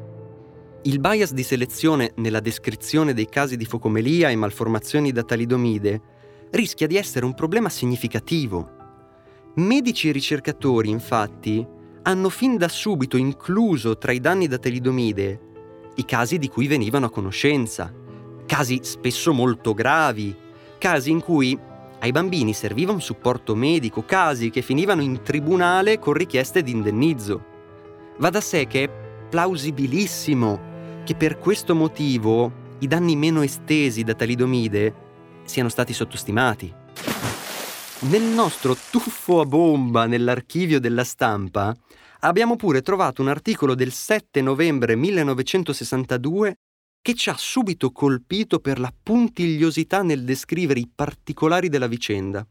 [SPEAKER 1] Il bias di selezione nella descrizione dei casi di focomelia e malformazioni da talidomide rischia di essere un problema significativo. Medici e ricercatori, infatti, hanno fin da subito incluso tra i danni da talidomide i casi di cui venivano a conoscenza, casi spesso molto gravi, casi in cui ai bambini serviva un supporto medico, casi che finivano in tribunale con richieste di indennizzo. Va da sé che è plausibilissimo che per questo motivo i danni meno estesi da talidomide siano stati sottostimati. Nel nostro tuffo a bomba nell'archivio della Stampa abbiamo pure trovato un articolo del 7 novembre 1962 che ci ha subito colpito per la puntigliosità nel descrivere i particolari della vicenda.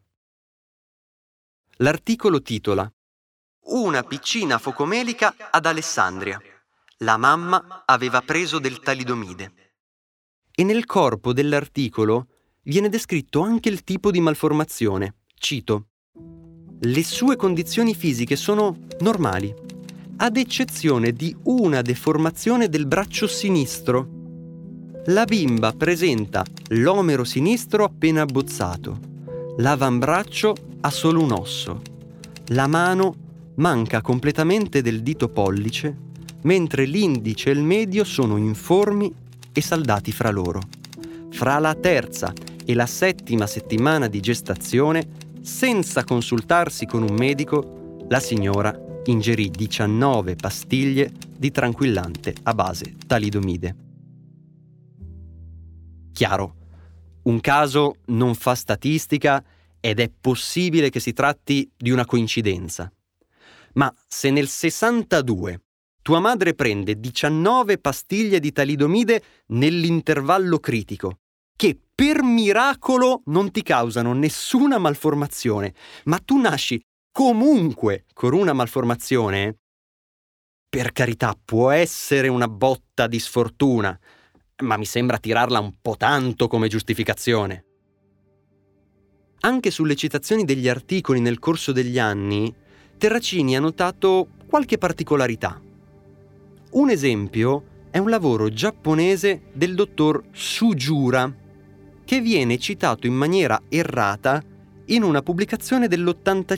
[SPEAKER 1] L'articolo titola «Una piccina focomelica ad Alessandria. La mamma aveva preso del talidomide». E nel corpo dell'articolo viene descritto anche il tipo di malformazione. Cito: «Le sue condizioni fisiche sono normali, ad eccezione di una deformazione del braccio sinistro. La bimba presenta l'omero sinistro appena abbozzato, l'avambraccio ha solo un osso, la mano manca completamente del dito pollice, mentre l'indice e il medio sono informi e saldati fra loro. Fra la terza e la 7ª settimana di gestazione, senza consultarsi con un medico, la signora ingerì 19 pastiglie di tranquillante a base talidomide». Chiaro, un caso non fa statistica ed è possibile che si tratti di una coincidenza. Ma se nel 62 tua madre prende 19 pastiglie di talidomide nell'intervallo critico, che per miracolo non ti causano nessuna malformazione, ma tu nasci comunque con una malformazione, per carità, può essere una botta di sfortuna, ma mi sembra tirarla un po' tanto come giustificazione. Anche sulle citazioni degli articoli nel corso degli anni, Terracini ha notato qualche particolarità. Un esempio è un lavoro giapponese del dottor Sujura, che viene citato in maniera errata in una pubblicazione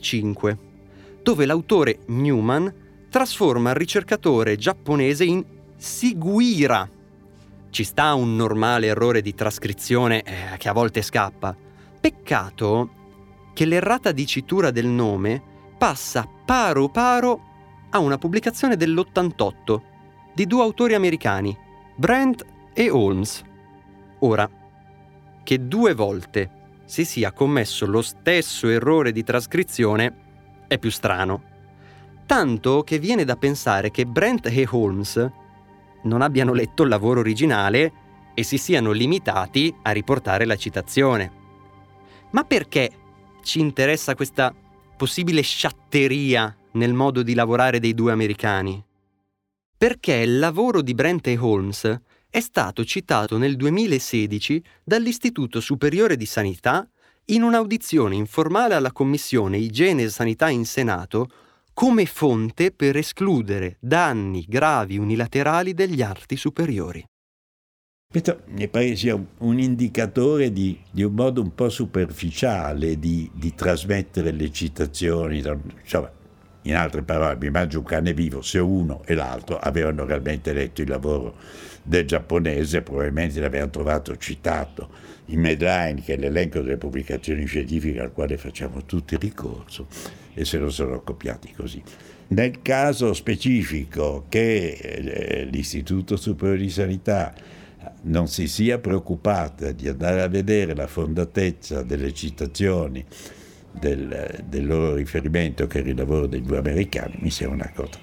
[SPEAKER 1] dell'85, dove l'autore Newman trasforma il ricercatore giapponese in Siguira. Ci sta un normale errore di trascrizione che a volte scappa. Peccato che l'errata dicitura del nome passa paro paro a una pubblicazione dell'88 di due autori americani, Brent e Holmes. Ora, che 2 volte si sia commesso lo stesso errore di trascrizione è più strano, tanto che viene da pensare che Brent e Holmes non abbiano letto il lavoro originale e si siano limitati a riportare la citazione. Ma perché ci interessa questa possibile sciatteria nel modo di lavorare dei 2 americani? Perché il lavoro di Brent e Holmes è stato citato nel 2016 dall'Istituto Superiore di Sanità in un'audizione informale alla Commissione Igiene e Sanità in Senato come fonte per escludere danni gravi unilaterali degli arti superiori.
[SPEAKER 4] Questo mi pare sia un indicatore di un modo un po' superficiale di trasmettere le citazioni. Insomma, in altre parole, mi mangio un cane vivo se uno e l'altro avevano realmente letto il lavoro del giapponese, probabilmente l'avevano trovato citato in Medline, che è l'elenco delle pubblicazioni scientifiche al quale facciamo tutti ricorso, e se lo sono copiati così. Nel caso specifico che l'Istituto Superiore di Sanità non si sia preoccupata di andare a vedere la fondatezza delle citazioni del loro riferimento, che era il lavoro dei 2 americani, mi sembra una cosa.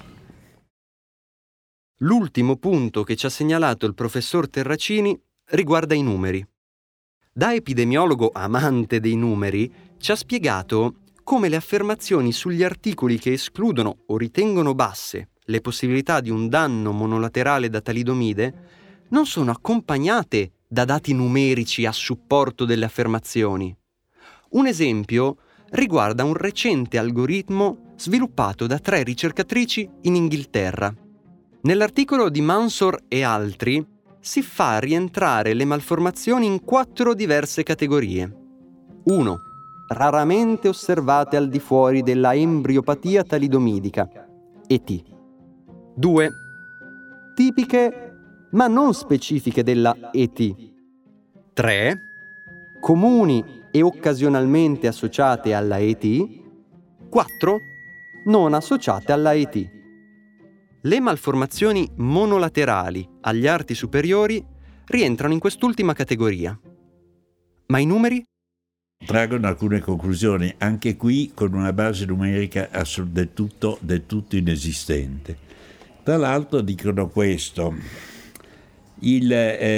[SPEAKER 1] L'ultimo punto che ci ha segnalato il professor Terracini riguarda i numeri. Da epidemiologo amante dei numeri, ci ha spiegato come le affermazioni sugli articoli che escludono o ritengono basse le possibilità di un danno monolaterale da talidomide non sono accompagnate da dati numerici a supporto delle affermazioni. Un esempio riguarda un recente algoritmo sviluppato da 3 ricercatrici in Inghilterra. Nell'articolo di Mansor e altri si fa rientrare le malformazioni in 4 diverse categorie. 1. Raramente osservate al di fuori della embriopatia talidomidica, ET. 2. Tipiche ma non specifiche della ET. 3. Comuni e occasionalmente associate alla ET. 4. Non associate alla ET. Le malformazioni monolaterali agli arti superiori rientrano in quest'ultima categoria. Ma i numeri?
[SPEAKER 4] Traggono alcune conclusioni, anche qui con una base numerica del tutto inesistente. Tra l'altro dicono questo: il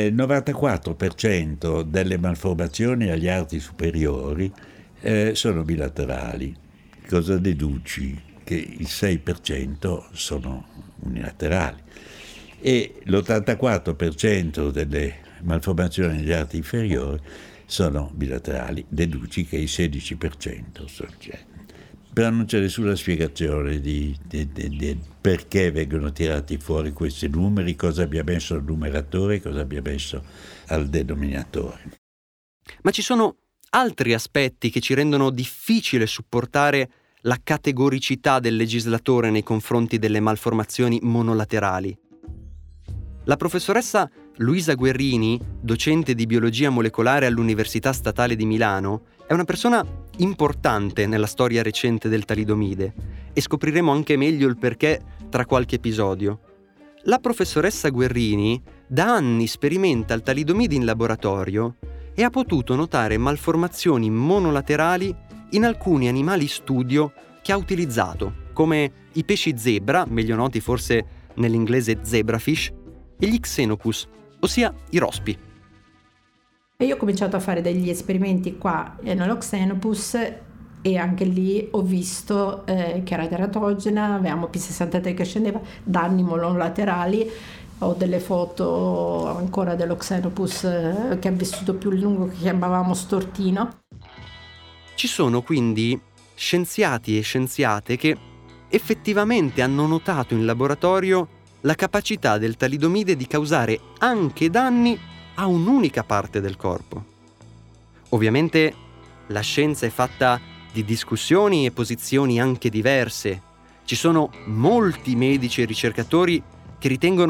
[SPEAKER 4] 94% delle malformazioni agli arti superiori sono bilaterali. Cosa deduci? Che il 6% sono unilaterali e l'84% delle malformazioni agli arti inferiori sono bilaterali. Deduci che il 16% sono però non c'è nessuna spiegazione di perché vengono tirati fuori questi numeri, cosa abbia messo al numeratore, cosa abbia messo al denominatore.
[SPEAKER 1] Ma ci sono altri aspetti che ci rendono difficile supportare la categoricità del legislatore nei confronti delle malformazioni monolaterali. La professoressa Luisa Guerrini, docente di biologia molecolare all'Università Statale di Milano, è una persona importante nella storia recente del talidomide e scopriremo anche meglio il perché tra qualche episodio. La professoressa Guerrini da anni sperimenta il talidomide in laboratorio e ha potuto notare malformazioni monolaterali in alcuni animali studio che ha utilizzato, come i pesci zebra, meglio noti forse nell'inglese zebrafish, e gli xenopus, ossia i rospi.
[SPEAKER 2] E io ho cominciato a fare degli esperimenti qua nello xenopus e anche lì ho visto che era teratogena, avevamo P63 che scendeva, danni monolaterali. Ho delle foto ancora dello xenopus che ha vissuto più a lungo, che chiamavamo stortino.
[SPEAKER 1] Ci sono quindi scienziati e scienziate che effettivamente hanno notato in laboratorio la capacità del talidomide di causare anche danni a un'unica parte del corpo. Ovviamente la scienza è fatta di discussioni e posizioni anche diverse. Ci sono molti medici e ricercatori che ritengono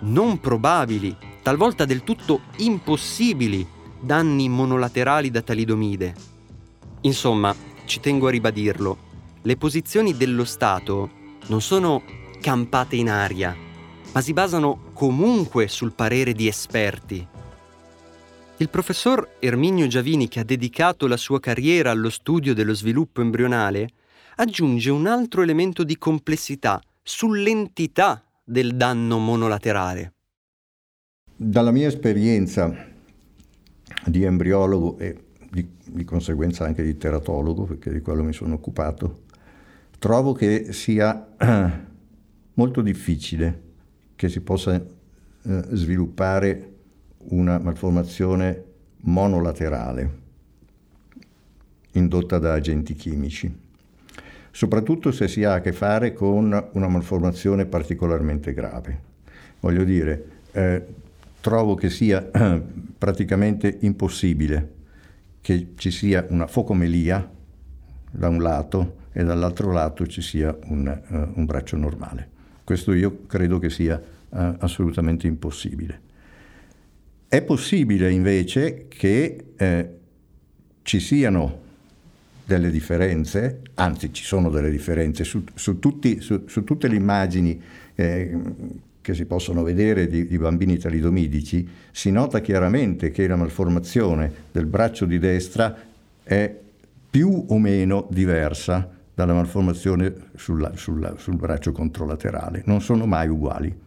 [SPEAKER 1] non probabili, talvolta del tutto impossibili, danni monolaterali da talidomide. Insomma, ci tengo a ribadirlo, le posizioni dello Stato non sono campate in aria, ma si basano comunque sul parere di esperti. Il professor Erminio Giavini, che ha dedicato la sua carriera allo studio dello sviluppo embrionale, aggiunge un altro elemento di complessità sull'entità del danno monolaterale.
[SPEAKER 5] Dalla mia esperienza di embriologo e di conseguenza anche di teratologo, perché di quello mi sono occupato, trovo che sia molto difficile che si possa sviluppare una malformazione monolaterale indotta da agenti chimici, soprattutto se si ha a che fare con una malformazione particolarmente grave. Voglio dire, trovo che sia praticamente impossibile che ci sia una focomelia da un lato e dall'altro lato ci sia un braccio normale. Questo io credo che sia assolutamente impossibile. È possibile invece che ci siano delle differenze, anzi ci sono delle differenze su tutte le immagini che si possono vedere di bambini talidomidici, si nota chiaramente che la malformazione del braccio di destra è più o meno diversa dalla malformazione sul braccio controlaterale. Non sono mai uguali.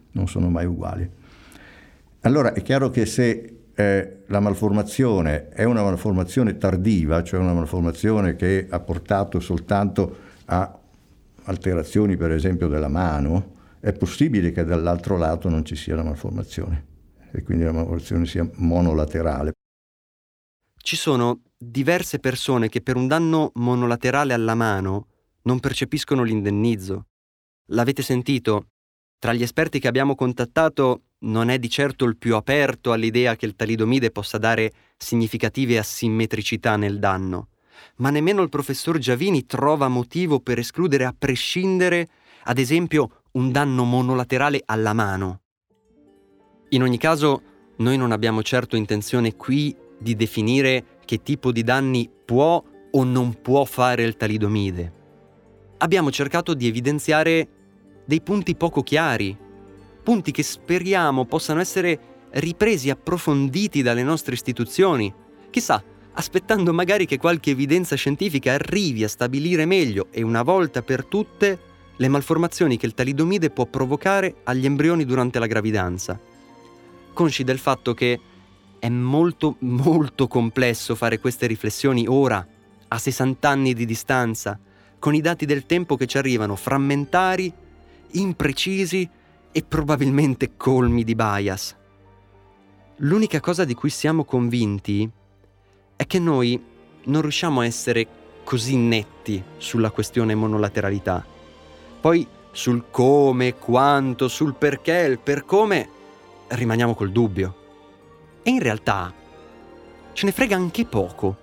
[SPEAKER 5] Allora è chiaro che se la malformazione è una malformazione tardiva, cioè una malformazione che ha portato soltanto a alterazioni per esempio della mano, è possibile che dall'altro lato non ci sia la malformazione e quindi la malformazione sia monolaterale.
[SPEAKER 1] Ci sono diverse persone che per un danno monolaterale alla mano non percepiscono l'indennizzo. L'avete sentito? Tra gli esperti che abbiamo contattato non è di certo il più aperto all'idea che il talidomide possa dare significative asimmetricità nel danno, ma nemmeno il professor Giavini trova motivo per escludere a prescindere, ad esempio, un danno monolaterale alla mano. In ogni caso, noi non abbiamo certo intenzione qui di definire che tipo di danni può o non può fare il talidomide. Abbiamo cercato di evidenziare dei punti poco chiari, punti che speriamo possano essere ripresi, approfonditi dalle nostre istituzioni. Chissà, aspettando magari che qualche evidenza scientifica arrivi a stabilire meglio e una volta per tutte le malformazioni che il talidomide può provocare agli embrioni durante la gravidanza. Consci del fatto che è molto molto complesso fare queste riflessioni ora, a 60 anni di distanza, con i dati del tempo che ci arrivano frammentari, imprecisi e probabilmente colmi di bias. L'unica cosa di cui siamo convinti è che noi non riusciamo a essere così netti sulla questione monolateralità. Poi sul come, quanto, sul perché, il per come, rimaniamo col dubbio. E in realtà ce ne frega anche poco.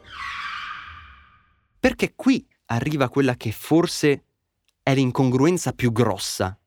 [SPEAKER 1] Perché qui arriva quella che forse è l'incongruenza più grossa.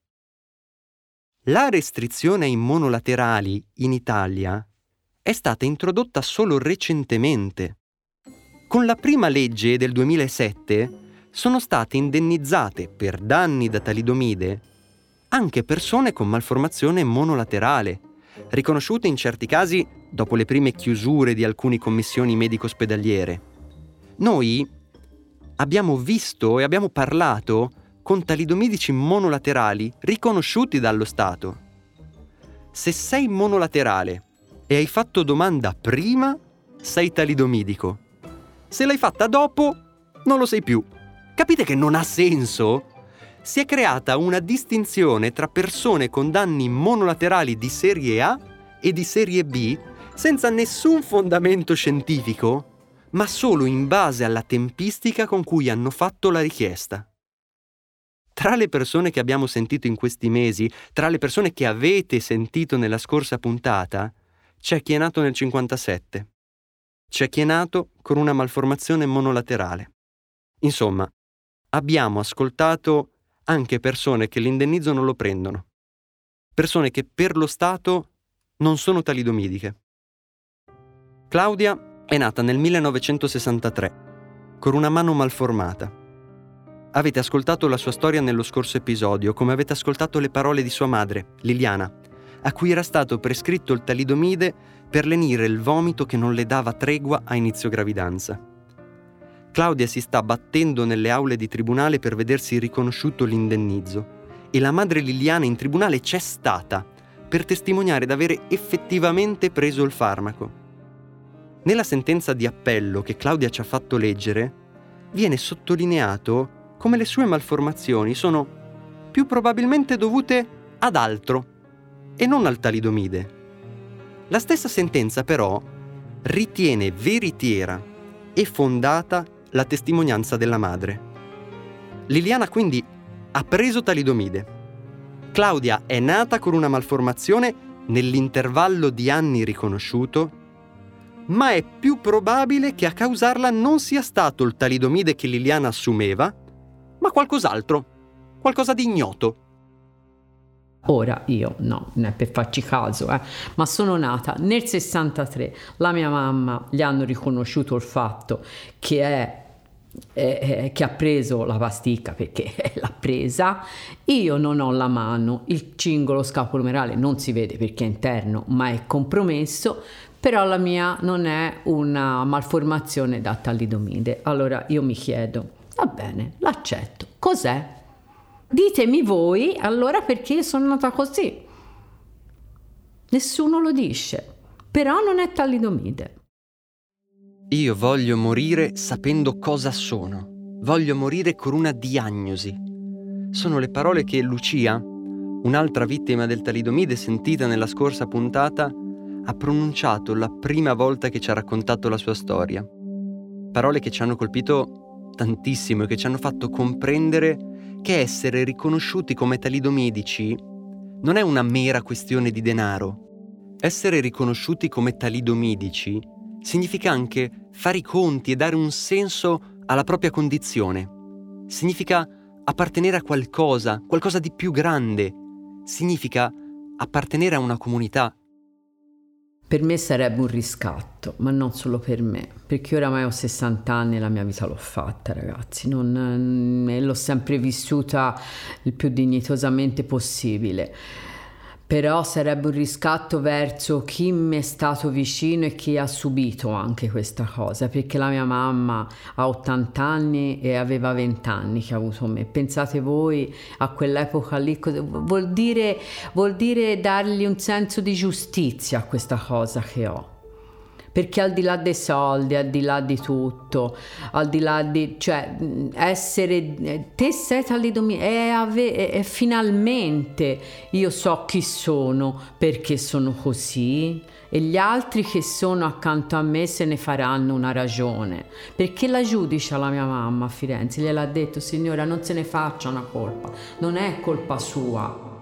[SPEAKER 1] La restrizione ai monolaterali in Italia è stata introdotta solo recentemente. Con la prima legge del 2007 sono state indennizzate per danni da talidomide anche persone con malformazione monolaterale, riconosciute in certi casi dopo le prime chiusure di alcune commissioni medico-ospedaliere. Noi abbiamo visto e abbiamo parlato con talidomidici monolaterali riconosciuti dallo Stato. Se sei monolaterale e hai fatto domanda prima, sei talidomidico. Se l'hai fatta dopo, non lo sei più. Capite che non ha senso? Si è creata una distinzione tra persone con danni monolaterali di serie A e di serie B senza nessun fondamento scientifico, ma solo in base alla tempistica con cui hanno fatto la richiesta. Tra le persone che abbiamo sentito in questi mesi, tra le persone che avete sentito nella scorsa puntata, c'è chi è nato nel 57. C'è chi è nato con una malformazione monolaterale. Insomma, abbiamo ascoltato anche persone che l'indennizzo non lo prendono. persone che per lo Stato non sono talidomidiche. Claudia è nata nel 1963, con una mano malformata. Avete ascoltato la sua storia nello scorso episodio, come avete ascoltato le parole di sua madre, Liliana, a cui era stato prescritto il talidomide per lenire il vomito che non le dava tregua a inizio gravidanza. Claudia si sta battendo nelle aule di tribunale per vedersi riconosciuto l'indennizzo e la madre Liliana in tribunale c'è stata per testimoniare d'avere effettivamente preso il farmaco. Nella sentenza di appello che Claudia ci ha fatto leggere viene sottolineato come le sue malformazioni sono più probabilmente dovute ad altro e non al talidomide. La stessa sentenza però ritiene veritiera e fondata la testimonianza della madre. Liliana quindi ha preso talidomide. Claudia è nata con una malformazione nell'intervallo di anni riconosciuto, ma è più probabile che a causarla non sia stato il talidomide che Liliana assumeva, ma qualcos'altro, qualcosa di ignoto.
[SPEAKER 6] Ora io no, non è per farci caso, ma sono nata nel 63, la mia mamma gli hanno riconosciuto il fatto che ha preso la pasticca perché l'ha presa, io non ho la mano, il cingolo scapolomerale non si vede perché è interno ma è compromesso, però la mia non è una malformazione da talidomide. Allora io mi chiedo, va bene, l'accetto, cos'è? Ditemi voi allora perché io sono nata così. Nessuno lo dice, però non è talidomide.
[SPEAKER 1] Io voglio morire sapendo cosa sono. Voglio morire con una diagnosi. Sono le parole che Lucia, un'altra vittima del talidomide sentita nella scorsa puntata, ha pronunciato la prima volta che ci ha raccontato la sua storia. Parole che ci hanno colpito tantissimo e che ci hanno fatto comprendere che essere riconosciuti come talidomidici non è una mera questione di denaro. Essere riconosciuti come talidomidici significa anche fare i conti e dare un senso alla propria condizione. Significa appartenere a qualcosa di più grande. Significa appartenere a una comunità.
[SPEAKER 6] Per me sarebbe un riscatto, ma non solo per me, perché oramai ho 60 anni e la mia vita l'ho fatta, ragazzi, l'ho sempre vissuta il più dignitosamente possibile. Però sarebbe un riscatto verso chi mi è stato vicino e chi ha subito anche questa cosa, perché la mia mamma ha 80 anni e aveva 20 anni che ha avuto me. Pensate voi a quell'epoca lì, vuol dire dargli un senso di giustizia a questa cosa che ho. Perché al di là dei soldi, al di là di tutto, al di là di, cioè, essere, te sei talidomide e finalmente io so chi sono, perché sono così, e gli altri che sono accanto a me se ne faranno una ragione. Perché la giudice, la mia mamma a Firenze, gliel'ha detto: signora, non se ne faccia una colpa, non è colpa sua.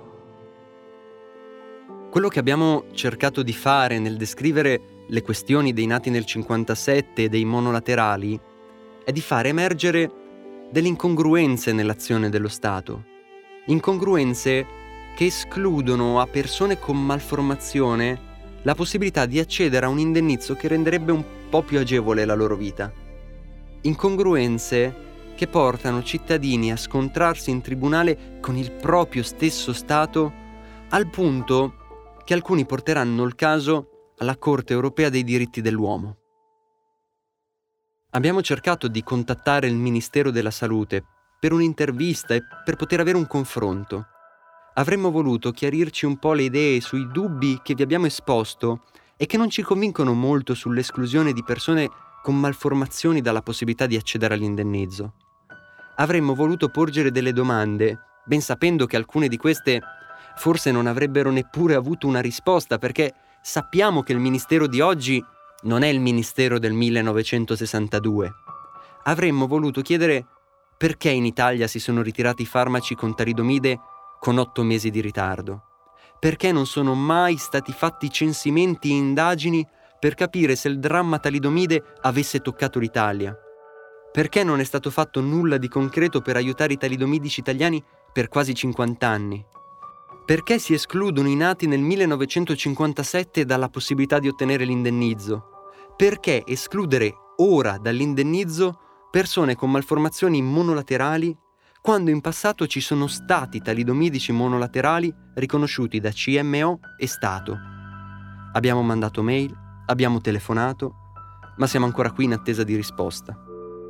[SPEAKER 1] Quello che abbiamo cercato di fare nel descrivere le questioni dei nati nel 57 e dei monolaterali è di fare emergere delle incongruenze nell'azione dello Stato. Incongruenze che escludono a persone con malformazione la possibilità di accedere a un indennizzo che renderebbe un po' più agevole la loro vita. Incongruenze che portano cittadini a scontrarsi in tribunale con il proprio stesso Stato, al punto che alcuni porteranno il caso alla Corte Europea dei Diritti dell'Uomo. Abbiamo cercato di contattare il Ministero della Salute per un'intervista e per poter avere un confronto. Avremmo voluto chiarirci un po' le idee sui dubbi che vi abbiamo esposto e che non ci convincono molto sull'esclusione di persone con malformazioni dalla possibilità di accedere all'indennizzo. Avremmo voluto porgere delle domande, ben sapendo che alcune di queste forse non avrebbero neppure avuto una risposta, perché sappiamo che il ministero di oggi non è il ministero del 1962. Avremmo voluto chiedere perché in Italia si sono ritirati i farmaci con talidomide con 8 mesi di ritardo. Perché non sono mai stati fatti censimenti e indagini per capire se il dramma talidomide avesse toccato l'Italia. Perché non è stato fatto nulla di concreto per aiutare i talidomidici italiani per quasi 50 anni. Perché si escludono i nati nel 1957 dalla possibilità di ottenere l'indennizzo? Perché escludere ora dall'indennizzo persone con malformazioni monolaterali quando in passato ci sono stati talidomidici monolaterali riconosciuti da CMO e Stato? Abbiamo mandato mail, abbiamo telefonato, ma siamo ancora qui in attesa di risposta.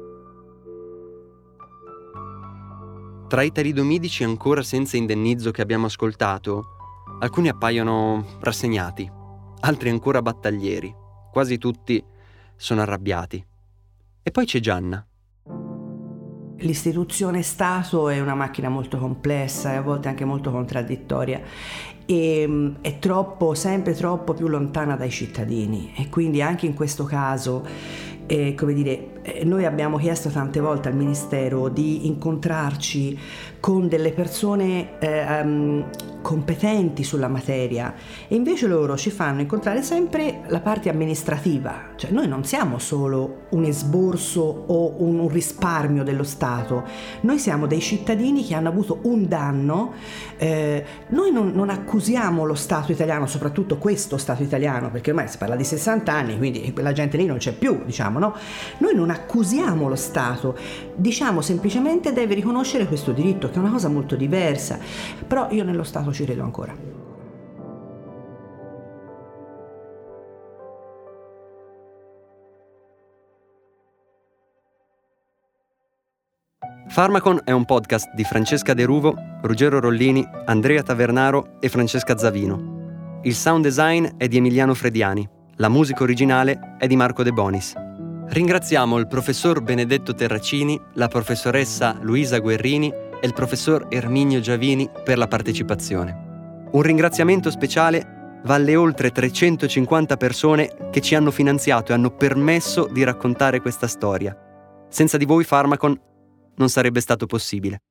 [SPEAKER 1] Tra i talidomidici ancora senza indennizzo che abbiamo ascoltato, alcuni appaiono rassegnati, altri ancora battaglieri, quasi tutti sono arrabbiati. E poi c'è Gianna.
[SPEAKER 7] L'istituzione Stato è una macchina molto complessa e a volte anche molto contraddittoria e è sempre troppo più lontana dai cittadini, e quindi anche in questo caso noi abbiamo chiesto tante volte al Ministero di incontrarci con delle persone competenti sulla materia, e invece loro ci fanno incontrare sempre la parte amministrativa. Cioè noi non siamo solo un esborso o un risparmio dello Stato, noi siamo dei cittadini che hanno avuto un danno. Noi non accusiamo lo Stato italiano, soprattutto questo Stato italiano, perché ormai si parla di 60 anni, quindi quella gente lì non c'è più, diciamo, no? Noi non accusiamo lo Stato, diciamo semplicemente deve riconoscere questo diritto, che è una cosa molto diversa, però io nello Stato ci credo ancora.
[SPEAKER 1] Pharmacon è un podcast di Francesca De Ruvo, Ruggero Rollini, Andrea Tavernaro e Francesca Zavino. Il sound design è di Emiliano Frediani, la musica originale è di Marco De Bonis. Ringraziamo il professor Benedetto Terracini, la professoressa Luisa Guerrini e il professor Erminio Giavini per la partecipazione. Un ringraziamento speciale va alle oltre 350 persone che ci hanno finanziato e hanno permesso di raccontare questa storia. Senza di voi Pharmacon non sarebbe stato possibile.